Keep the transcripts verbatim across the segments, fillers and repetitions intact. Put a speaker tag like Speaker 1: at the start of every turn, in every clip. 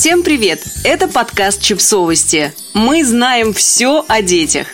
Speaker 1: Всем привет! Это подкаст «Чипсовости». Мы знаем все о детях.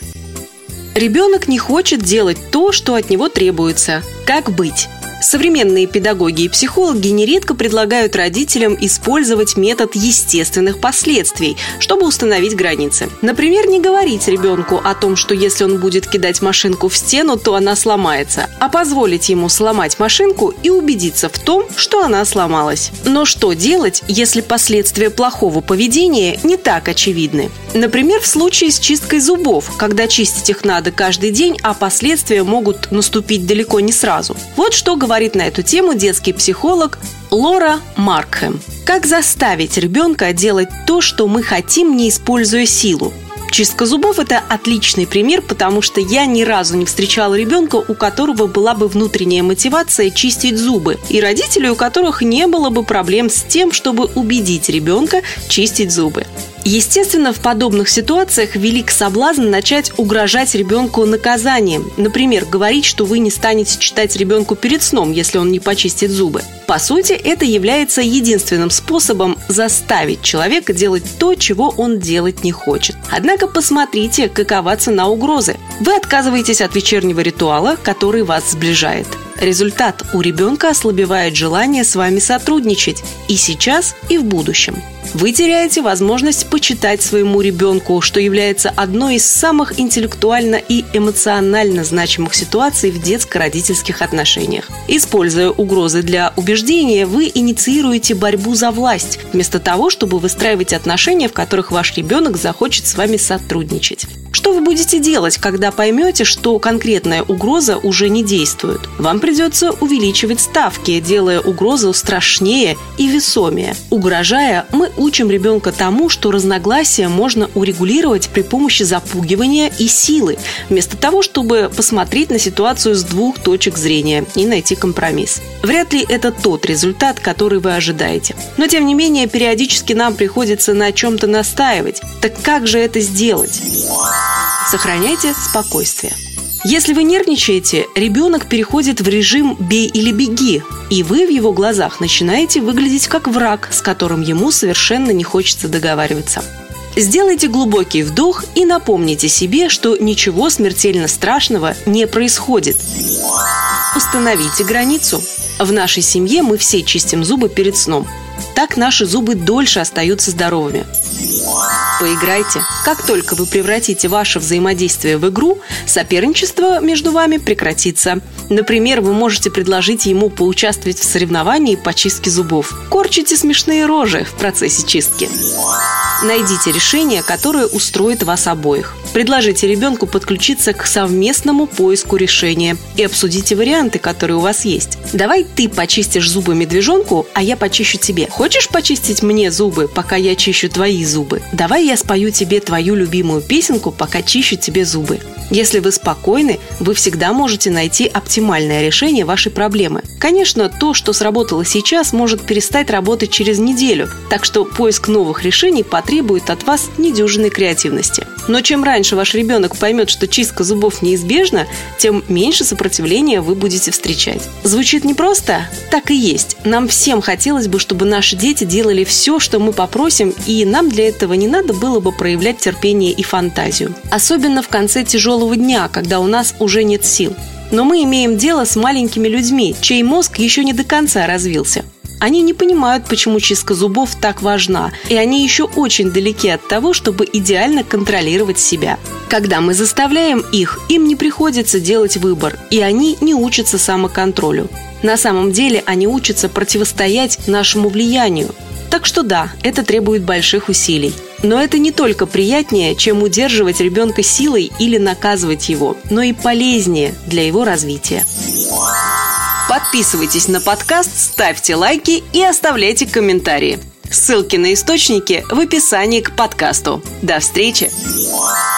Speaker 1: Ребенок не хочет делать то, что от него требуется. Как быть? Современные педагоги и психологи нередко предлагают родителям использовать метод естественных последствий, чтобы установить границы. Например, не говорить ребенку о том, что если он будет кидать машинку в стену, то она сломается, а позволить ему сломать машинку и убедиться в том, что она сломалась. Но что делать, если последствия плохого поведения не так очевидны? Например, в случае с чисткой зубов, когда чистить их надо каждый день, а последствия могут наступить далеко не сразу. Вот что говорит Говорит на эту тему детский психолог Лора Маркхэм. Как заставить ребенка делать то, что мы хотим, не используя силу? Чистка зубов – это отличный пример, потому что я ни разу не встречала ребенка, у которого была бы внутренняя мотивация чистить зубы, и родителей, у которых не было бы проблем с тем, чтобы убедить ребенка чистить зубы. Естественно, в подобных ситуациях велик соблазн начать угрожать ребенку наказанием. Например, говорить, что вы не станете читать ребенку перед сном, если он не почистит зубы. По сути, это является единственным способом заставить человека делать то, чего он делать не хочет. Однако посмотрите, какова цена угрозы. Вы отказываетесь от вечернего ритуала, который вас сближает. Результат: у ребенка ослабевает желание с вами сотрудничать и сейчас, и в будущем. Вы теряете возможность почитать своему ребенку, что является одной из самых интеллектуально и эмоционально значимых ситуаций в детско-родительских отношениях. Используя угрозы для убеждения, вы инициируете борьбу за власть, вместо того, чтобы выстраивать отношения, в которых ваш ребенок захочет с вами сотрудничать. Что вы будете делать, когда поймете, что конкретная угроза уже не действует? Вам придется увеличивать ставки, делая угрозу страшнее и весомее. Угрожая, мы учим ребенка тому, что разногласия можно урегулировать при помощи запугивания и силы, вместо того, чтобы посмотреть на ситуацию с двух точек зрения и найти компромисс. Вряд ли это тот результат, который вы ожидаете. Но, тем не менее, периодически нам приходится на чем-то настаивать. Так как же это сделать? Сохраняйте спокойствие. Если вы нервничаете, ребенок переходит в режим «бей или беги», и вы в его глазах начинаете выглядеть как враг, с которым ему совершенно не хочется договариваться. Сделайте глубокий вдох и напомните себе, что ничего смертельно страшного не происходит. Установите границу. В нашей семье мы все чистим зубы перед сном. Так наши зубы дольше остаются здоровыми. Поиграйте. Как только вы превратите ваше взаимодействие в игру, соперничество между вами прекратится. Например, вы можете предложить ему поучаствовать в соревновании по чистке зубов. Корчите смешные рожи в процессе чистки. Найдите решение, которое устроит вас обоих. Предложите ребенку подключиться к совместному поиску решения и обсудите варианты, которые у вас есть. Давай ты почистишь зубы медвежонку, а я почищу тебе. Хочешь почистить мне зубы, пока я чищу твои зубы? Давай я спою тебе твою любимую песенку, пока чищу тебе зубы. Если вы спокойны, вы всегда можете найти оптимальное решение вашей проблемы. Конечно, то, что сработало сейчас, может перестать работать через неделю, так что поиск новых решений потребует от вас недюжинной креативности. Но чем раньше ваш ребенок поймет, что чистка зубов неизбежна, тем меньше сопротивления вы будете встречать. Звучит непросто? Так и есть. Нам всем хотелось бы, чтобы наши дети делали все, что мы попросим, и нам для этого не надо было бы проявлять терпение и фантазию. Особенно в конце тяжелого дня, когда у нас уже нет сил. Но мы имеем дело с маленькими людьми, чей мозг еще не до конца развился. Они не понимают, почему чистка зубов так важна, и они еще очень далеки от того, чтобы идеально контролировать себя. Когда мы заставляем их, им не приходится делать выбор, и они не учатся самоконтролю. На самом деле они учатся противостоять нашему влиянию. Так что да, это требует больших усилий. Но это не только приятнее, чем удерживать ребенка силой или наказывать его, но и полезнее для его развития. Подписывайтесь на подкаст, ставьте лайки и оставляйте комментарии. Ссылки на источники в описании к подкасту. До встречи!